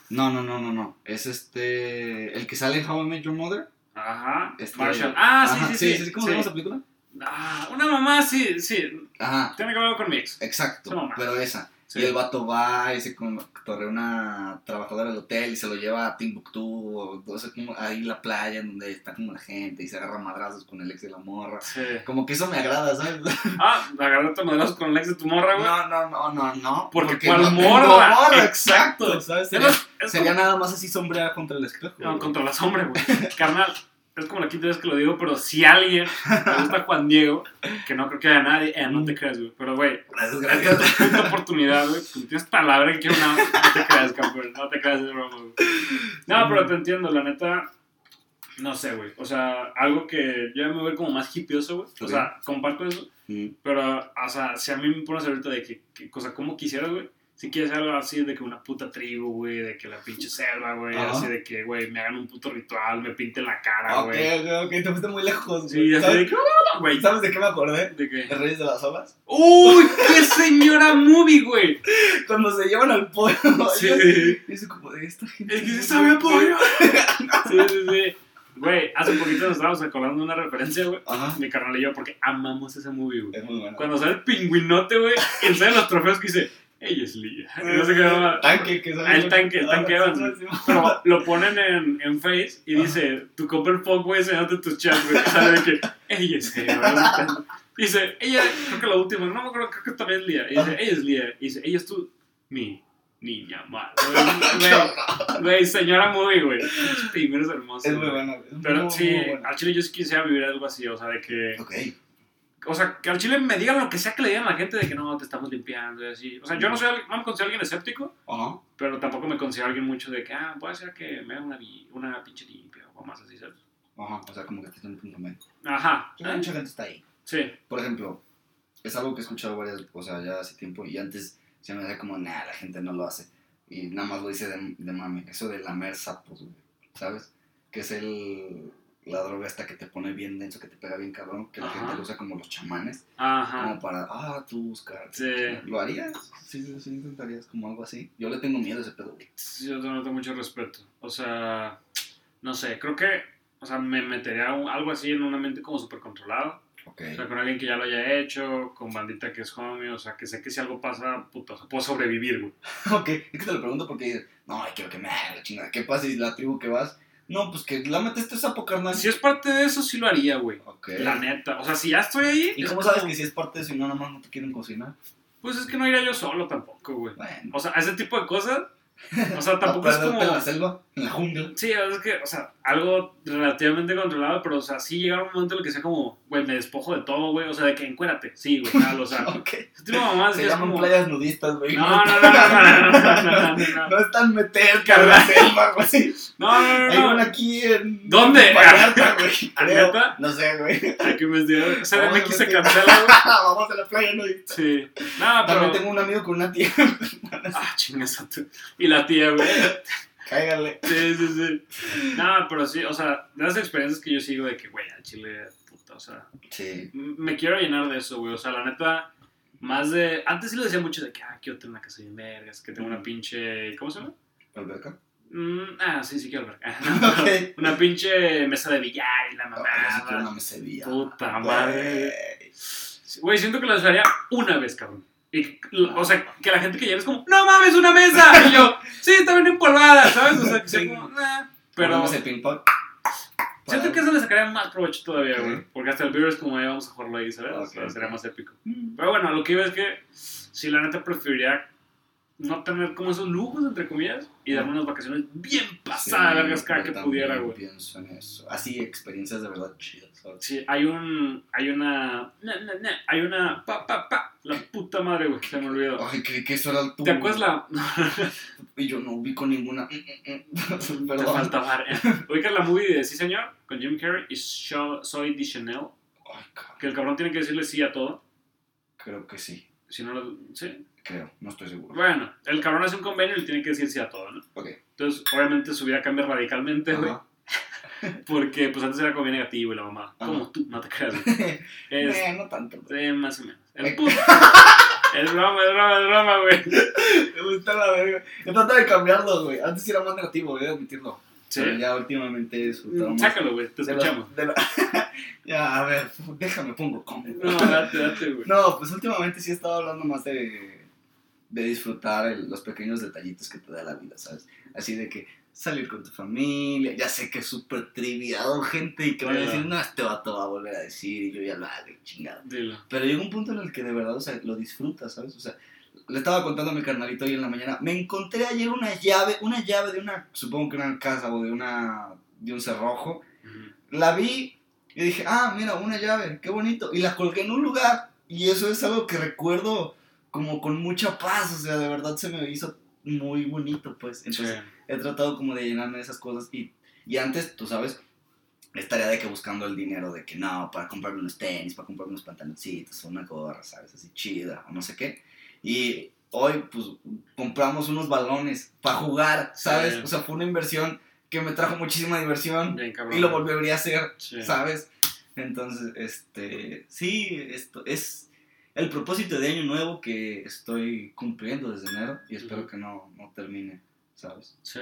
No. Es el que sale en How I Met Your Mother. Ajá. Este- Marshall. Ajá, Sí. ¿Cómo se llama esa película? Una mamá, sí. Ajá, Tiene que ver con mi ex. exacto. Esa mamá. Pero esa. Sí. Y el vato va y se torre una trabajadora del hotel y se lo lleva a Timbuktu, o sea, como ahí la playa en donde está como la gente y se agarra madrazos con el ex de la morra. Sí. Como que eso me agrada, ¿sabes? Agarrarte madrazos con el ex de tu morra, güey. No. Porque ¿cuál no morra? tengo morra, Exacto. exacto. ¿Sabes? Ya no- es Sería como- nada más así sombrear contra el espejo. No, güey. contra la sombra, güey. Carnal, es como la quinta vez que lo digo, pero si alguien le gusta Juan Diego, que no creo que haya nadie, no te creas, güey. Pero, güey, Gracias. es tu puta oportunidad, güey. Tú tienes palabra que quiero una. No te creas, campeón. No te creas, es broma, güey. No, pero te entiendo, la neta. No sé, güey. O sea, algo que yo me voy como más hipioso, güey. O sea, comparto eso. Pero, o sea, si a mí me pones ahorita de que cosa, ¿cómo quisieras, güey? Si quieres algo así de que una puta tribu, güey, de que la pinche selva, güey, Ajá. así de que, güey, me hagan un puto ritual, me pinten la cara, Ok, güey. te fuiste muy lejos. Sí, así ¿Sabes? de que, güey. ¿Sabes de qué me acordé? ¿De qué? De Reyes de las Olas. ¡Uy! ¡Qué señora movie, güey! Cuando se llevan al pollo. Sí. Y eso como de esta gente. Es que se sabe a pollo. Sí. Güey, hace un poquito nos estábamos acordando de una referencia, güey. Ajá. Mi carnal y yo, porque amamos ese movie, güey. Es muy bueno. Cuando sale el pingüinote, güey, y sale los trofeos que dice, ella es Lía. Y no sé qué llama. Tanque, que Ah, el tanque Evans, güey. Pero lo ponen en Face y dice, tu compa el Pog, güey, enseñándote tus chats, güey. Sale de que, ella es Lía. Dice, ella, creo que la última, no me acuerdo, creo que también es Lía. Y dice, ella es Lía. Y dice, ella es tu, mi niña mala. Güey, señora movie, güey. Primero es hermoso. Es muy güey. bueno. Pero sí, bueno. al chile yo sí quisiera vivir algo así, o sea, de que... Ok. O sea, que al chile me digan lo que sea que le digan a la gente de que no, te estamos limpiando y así. O sea, yo no me considero alguien escéptico, Ajá. pero tampoco me considero alguien mucho de que, puede ser que me haga una pinche limpia o más así, ¿sabes? Ajá. O sea, como que te están en un punto medio. Ajá. Mucha gente está ahí. Sí. Por ejemplo, es algo que he escuchado o sea, ya hace tiempo y antes se me decía como, la gente no lo hace. Y nada más lo dice de mami. Eso de lamer sapos, güey. ¿Sabes? Que es la droga esta que te pone bien denso, que te pega bien cabrón, que la Ajá. gente lo usa como los chamanes. Ajá. Como para, tú buscar. Sí. ¿Lo harías? Sí, intentarías como algo así. Yo le tengo miedo a ese pedo, güey. Sí, yo tengo mucho respeto. O sea, no sé, creo que, o sea, me metería algo así en una mente como súper controlada. Ok. O sea, con alguien que ya lo haya hecho, con bandita que es homie, o sea, que sé que si algo pasa, puta, o sea, puedo sobrevivir, güey. Ok, es que te lo pregunto porque dices, no, quiero que me haga la chingada. ¿Qué pasa si la tribu que vas? No, pues que la metes este sapo, carnal. Si es parte de eso, sí lo haría, güey. Ok. La neta. O sea, si ya estoy ahí. ¿Y es cómo como- sabes que si es parte de eso y no nada más no te quieren cocinar? Pues es que no iría yo solo tampoco, güey. Bueno. O sea, a ese tipo de cosas, O sea, tampoco es como... en la selva, en la jungla. Sí, es que, o sea, algo relativamente controlado, pero, o sea, sí llegaba un momento en el que sea como, güey, me despojo de todo, güey, o sea, de que encuérate, sí, güey, tal, o sea. Ok. Ese tipo de mamás Se que es llaman como... playas nudistas, güey. No. No están meterte a la selva, güey. No. Hay una aquí en... ¿Dónde? Vallarta, güey. Creo. ¿Neta? No sé, güey. Hay que investigar. CDMX se investigar. cancela, güey. Vamos a la playa nudista. Sí. No, También pero... tengo un amigo con una tía. Chingas. Y la tía, güey. Cáigale. Sí. No, pero sí, o sea, de las experiencias que yo sigo de que, güey, al chile, puta, o sea, Sí. me quiero llenar de eso, güey, o sea, la neta, más de, antes sí lo decía mucho de que, quiero tener una casa bien vergas, que tengo una pinche, ¿cómo se llama? ¿Alberca? Sí, quiero ver. Ok. Una pinche mesa de billar y la No, yo sí quiero una mamada. mesa de billar. Puta madre. Güey. Güey, siento que lo usaría una vez, cabrón. Y, o sea, que la gente que llega es como, ¡no mames, una mesa! Y yo, sí, está bien empolvada, ¿sabes? O sea, que sea como, pero... Ponemos el ping-pong. Siento que eso le sacaría más provecho todavía, güey. Ok. Porque hasta el beer es como, vamos a jugarlo ahí, ¿sabes? O sea, sería más épico. Pero bueno, lo que iba es que, si la neta preferiría no tener como esos lujos, entre comillas, y darme unas vacaciones bien pasadas, vergas, cada que pudiera, güey. Pienso en eso. Así, experiencias de verdad chidas, ¿sabes? Sí, hay una, la puta madre, güey, se me olvidó. Ay, que eso era el tuyo. ¿Te acuerdas la...? Y yo no ubico ninguna. Te Perdón. falta bar. ¿Ubicas la movie de Sí Señor? Con Jim Carrey y Soy de Chanel. Ay, cabrón. Que el cabrón tiene que decirle sí a todo. Creo que sí. Si no lo... ¿Sí? Creo, no estoy seguro. Bueno, el cabrón hace un convenio y le tiene que decir sí a todo, ¿no? Ok. Entonces, obviamente su vida cambia radicalmente, güey. Ajá. Porque, pues, antes era como bien negativo y la mamá. Ajá. Como tú, no te creas, güey. No tanto. Más o menos. El puto. Es broma, güey. Me gusta la verga. Yo trato de cambiarlo, güey. Antes era más negativo, voy a admitirlo. Sí. Pero ya últimamente he disfrutado más. Sácalo, güey, te escuchamos. Ya, a ver, déjame, pongo cómodo. No, date, güey. No, pues últimamente sí he estado hablando más de disfrutar los pequeños detallitos que te da la vida, ¿sabes? Así de que salir con tu familia, ya sé que es súper triviado, gente, y que van a decir, no, este vato va a volver a decir, y yo ya lo hago, chingado. Dilo. Pero llega un punto en el que de verdad, o sea, lo disfrutas, ¿sabes? O sea, le estaba contando a mi carnalito hoy en la mañana, me encontré ayer una llave de una, supongo que una casa o de un cerrojo, la vi y dije, mira, una llave, qué bonito, y la colgué en un lugar, y eso es algo que recuerdo como con mucha paz, o sea, de verdad se me hizo muy bonito, pues, entonces he tratado como de llenarme de esas cosas, y antes, tú sabes, estaría de que buscando el dinero de que no, para comprarme unos tenis, para comprarme unos pantaloncitos, o una gorra, ¿sabes? Así chida, o no sé qué, y hoy, pues, compramos unos balones para jugar, ¿sabes? Sí. O sea, fue una inversión que me trajo muchísima diversión, Bien, cabrón. y lo volvería a hacer, Sí. ¿sabes? Entonces, sí, esto es el propósito de año nuevo que estoy cumpliendo desde enero y espero que no termine, ¿sabes? Sí,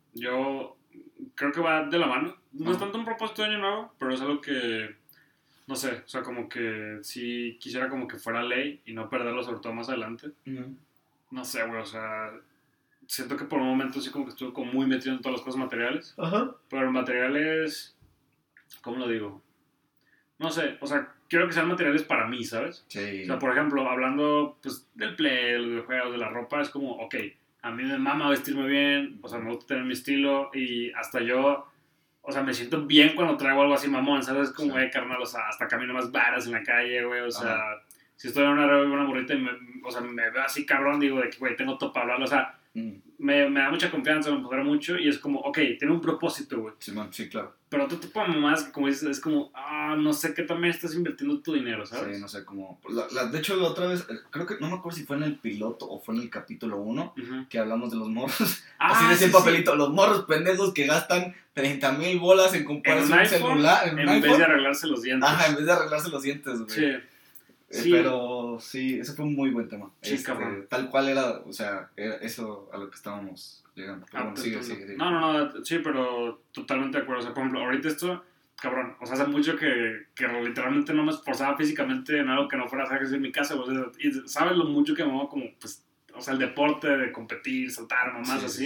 yo creo que va de la mano. No es Ajá. tanto un propósito de año nuevo, pero es algo que, no sé, o sea, como que sí quisiera como que fuera ley y no perderlo sobre todo más adelante. No sé, güey, o sea, siento que por un momento sí como que estuve como muy metido en todas las cosas materiales, Ajá. pero materiales, ¿cómo lo digo? No sé, o sea, quiero que sean materiales para mí, ¿sabes? Sí. O sea, por ejemplo, hablando pues del play, de los videojuegos, de la ropa, es como, ok, a mí me mama vestirme bien, o sea, me gusta tener mi estilo y hasta yo, o sea, me siento bien cuando traigo algo así mamón, ¿sabes? Como, Sí. carnal, o sea, hasta camino más varas en la calle, güey, o sea, Ajá. si estoy en una morrita y o sea, me veo así cabrón, digo, de que, güey, tengo todo para hablar, o sea, me da mucha confianza, me empodera mucho y es como, ok, tiene un propósito, güey. Sí, claro. Pero otro tipo de mamás que, como dices, es como, no sé qué también estás invirtiendo tu dinero, ¿sabes? Sí, no sé cómo. De hecho, la otra vez, creo que no me acuerdo si fue en el piloto o fue en el capítulo 1 Ujú. que hablamos de los morros. Así decía el sí, papelito, los morros pendejos que gastan 30,000 bolas en comprarse un iPhone, celular, en un en vez de iPhone. arreglarse los dientes. Ajá, en vez de arreglarse los dientes, güey. Sí. Sí. Pero sí, ese fue un muy buen tema. Sí, cabrón. Tal cual era, o sea, era eso a lo que estábamos llegando. Pero bueno, sigue. No, sí, pero totalmente de acuerdo. O sea, por ejemplo, ahorita esto, cabrón, o sea, hace mucho que literalmente no me esforzaba físicamente en algo que no fuera hacer ejercicio en mi casa, o sea, y sabes lo mucho que me hago como, pues, o sea, el deporte de competir, saltar, mamás así. Sí.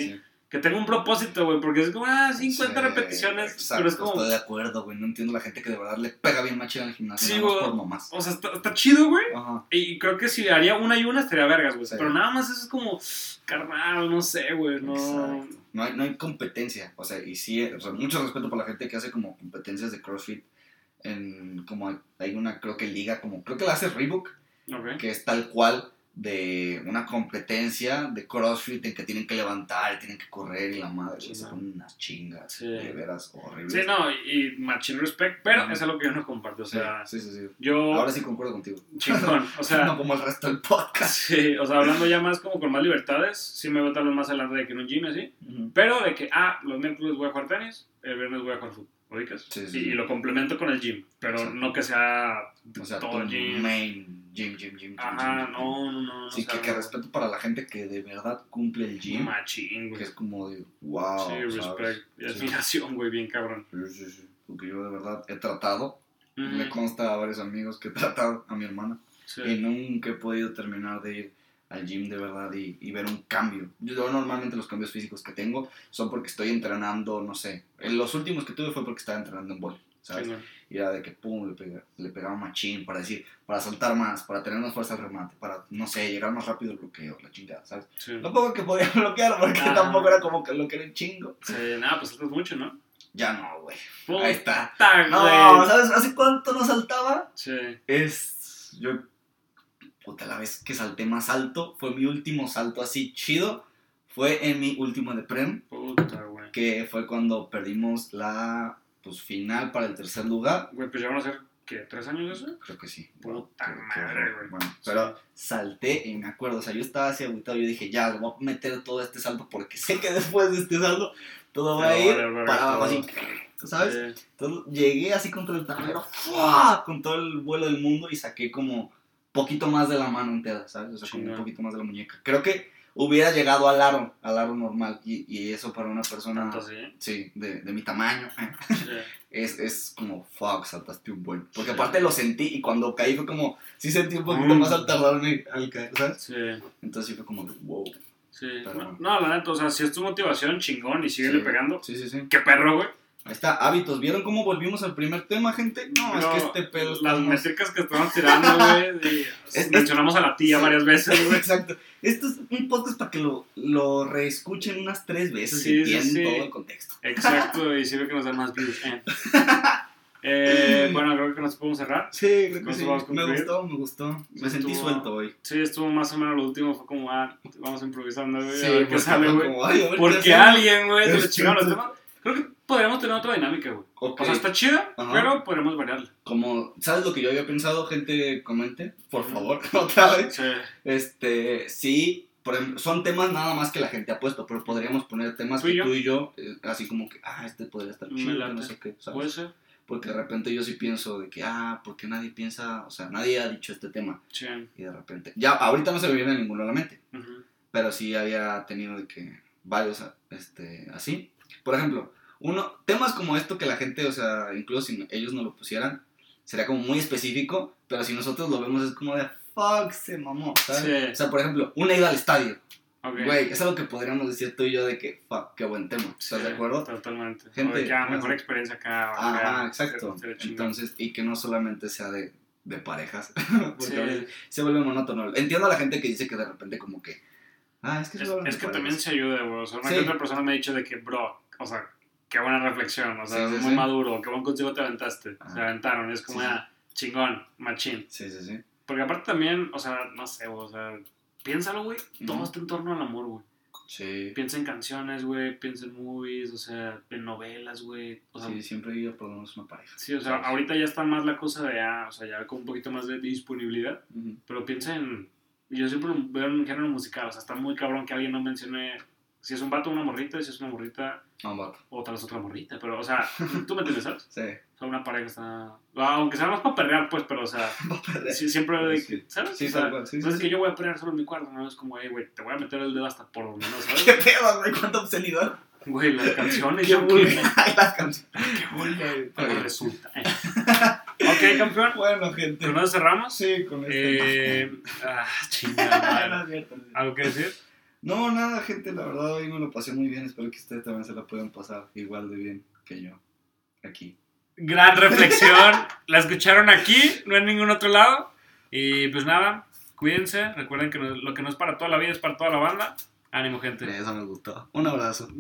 que tenga un propósito, güey, porque es como, 50 repeticiones, exacto, pero es como... Estoy de acuerdo, güey, no entiendo la gente que de verdad le pega bien machín al gimnasio, Sí, nada más güey, por mamás. o sea, está chido, güey, Ajá. y creo que si haría una y una estaría vergas, güey, Sí. pero nada más eso es como, carnal, no sé, güey, no... Exacto. No hay competencia, o sea, y sí, o sea, mucho respeto por la gente que hace como competencias de CrossFit, como hay una, creo que liga, creo que la hace Reebok, Okay. que es tal cual de una competencia de CrossFit en que tienen que levantar, tienen que correr y la madre, se ponen unas chingas de veras horribles. Sí, no, y machine respect, pero es algo que yo no comparto, o sea... Sí. Yo... Ahora sí concuerdo contigo. Chingón, o sea... no como el resto del podcast. Sí, o sea, hablando ya más como con más libertades, sí me voy a tal vez más adelante de que en un gym así, pero de que, los miércoles voy a jugar tenis, el viernes voy a jugar fútbol. ¿Ubicas? Sí. Y lo complemento con el gym, pero exacto. No que sea, o sea todo el gym. Main gym. Ajá, no. Sí, que respeto para la gente que de verdad cumple el gym. Machín, güey. Que es como de, wow. Sí, respect. Y admiración, güey, bien cabrón. Sí. Porque yo de verdad he tratado, me consta a varios amigos que he tratado, a mi hermana, y nunca he podido terminar de ir al gym de verdad y ver un cambio. Yo normalmente los cambios físicos que tengo son porque estoy entrenando, no sé. Los últimos que tuve fue porque estaba entrenando en vóley, ¿sabes? Sí, y era de que pum, le pegaba machín para soltar más, para tener más fuerza al remate, para, no sé, llegar más rápido al bloqueo, la chingada, ¿sabes? Sí. Lo poco que podía bloquear porque tampoco era como que lo que era un chingo. Sí, nada, pues saltas mucho, ¿no? Ya no, güey. Ahí está. No, ¿sabes hace cuánto no saltaba? Sí. Puta, la vez que salté más alto, fue mi último salto así chido, fue en mi último de Prem. Puta, güey. Que fue cuando perdimos la final para el tercer lugar. Güey, pues ya van a ser, ¿qué? 3 años eso? Creo que sí. Puta madre, güey. Bueno, pero salté y me acuerdo, o sea, yo estaba así agüitado, yo dije, ya, le voy a meter todo este salto porque sé que después de este salto todo va a ir para abajo así, ¿sabes? Sí. Entonces llegué así contra el tablero, ¡fua! Con todo el vuelo del mundo y saqué como poquito más de la mano entera, ¿sabes? O sea, como un poquito más de la muñeca. Creo que hubiera llegado al aro normal y eso para una persona ¿tanto así? Sí, de mi tamaño sí. es como fuck, saltaste un buen, porque aparte lo sentí y cuando caí fue como sí sentí un poquito más al tardar al caer, ¿sabes? Sí. Entonces sí fue como wow. Sí. No, la neta, o sea, si es tu motivación, chingón y síguele pegando. Sí. Qué perro, güey. Ahí está, hábitos. ¿Vieron cómo volvimos al primer tema, gente? No, es que este pedo las métricas que estamos tirando, güey. Mencionamos a la tía varias veces, güey. Exacto. Esto es un podcast para que lo reescuchen unas 3 veces y entiendan todo el contexto. Exacto, y sirve que nos den más views. Bueno, creo que nos podemos cerrar. Sí, creo que sí. Me gustó. Me sentí suelto hoy. Sí, estuvo más o menos lo último. Fue como, vamos improvisando, güey. Sí, a ver qué sale, güey. Porque alguien, güey, se le chingaron los temas. Creo que podríamos tener otra dinámica, güey. Okay. O sea, está chida, pero podríamos variarla. Como, ¿sabes lo que yo había pensado? Gente, comente, por favor, otra vez. Sí. Sí, por ejemplo, son temas nada más que la gente ha puesto, pero podríamos poner temas que tú y yo, así como que, este podría estar chido, no sé qué, ¿sabes? Puede ser. Porque de repente yo sí pienso de que, porque nadie piensa, o sea, nadie ha dicho este tema. Sí. Y de repente, ya, ahorita no se me viene ninguno a la mente, pero sí había tenido de que varios, así. Por ejemplo, temas como esto que la gente, o sea, incluso si ellos no lo pusieran, sería como muy específico, pero si nosotros lo vemos es como de, fuck, se mamó, ¿sabes? Sí. O sea, por ejemplo, una ida al estadio. Okay. Güey, es algo que podríamos decir tú y yo de que, fuck, qué buen tema, ¿estás de acuerdo? Totalmente. Gente, o de que mejor experiencia acá. Exacto. Entonces, y que no solamente sea de parejas, porque a veces se vuelve monótono. Entiendo a la gente que dice que de repente como que, es que es que también se ayuda, güey. O sea, una que otra persona me ha dicho de que, bro, o sea, qué buena reflexión, o sea, muy maduro, qué buen consejo te aventaste. Se aventaron, es como, chingón, machín. Sí. Porque aparte también, o sea, no sé, o sea, piénsalo, güey, todo está en torno al amor, güey. Sí. Piensa en canciones, güey, piensa en movies, o sea, en novelas, güey. O sea, sí, siempre hay por lo menos una pareja. Sí, o sea, ahorita ya está más la cosa de, o sea, ya con un poquito más de disponibilidad, pero piensa en, yo siempre veo en un género musical, o sea, está muy cabrón que alguien no mencione si es un vato una morrita, y si es una morrita un vato. O tal vez otra morrita, pero, o sea, tú me entiendes, ¿sabes? Sí. O sea, una pareja está, aunque sea más para perrear, pues, pero, o sea, siempre, sí. ¿sabes? Sí, o sea, no es que yo voy a perrear solo en mi cuarto, no es como, güey, te voy a meter el dedo hasta por donde no, ¿sabes? ¿Qué pedo, güey? ¿Cuánta obscenidad? Güey, las canciones. Qué vulgar. Las canciones. Qué vulgar. Pero resulta. Ok, campeón. Bueno, gente. ¿Con eso cerramos? Sí, con este. Chingada. ¿Algo que decir? No, nada, gente, la verdad hoy me lo pasé muy bien. Espero que ustedes también se la puedan pasar igual de bien que yo aquí. Gran reflexión. La escucharon aquí, no en ningún otro lado. Y pues nada, cuídense. Recuerden que lo que no es para toda la vida es para toda la banda. Ánimo, gente. Eso me gustó. Un abrazo.